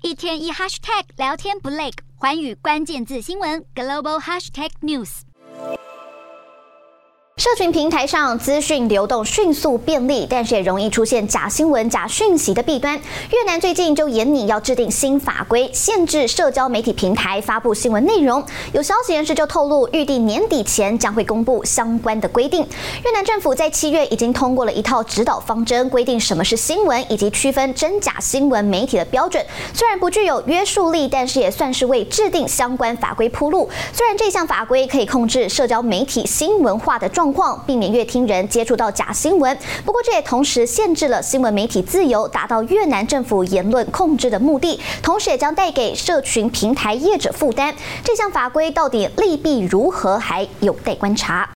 一天一 hashtag 聊天不累，寰宇关键字新闻 global hashtag news。 社群平台上资讯流动迅速便利，但是也容易出现假新闻、假讯息的弊端。越南最近就研拟要制定新法规，限制社交媒体平台发布新闻内容。有消息人士就透露，预定年底前将会公布相关的规定。越南政府在7月已经通过了一套指导方针，规定什么是新闻以及区分真假新闻媒体的标准。虽然不具有约束力，但是也算是为制定相关法规铺路。虽然这项法规可以控制社交媒体新闻化的状况，避免乐听人接触到假新闻。不过，这也同时限制了新闻媒体自由，达到越南政府言论控制的目的，同时也将带给社群平台业者负担。这项法规到底利弊如何，还有待观察。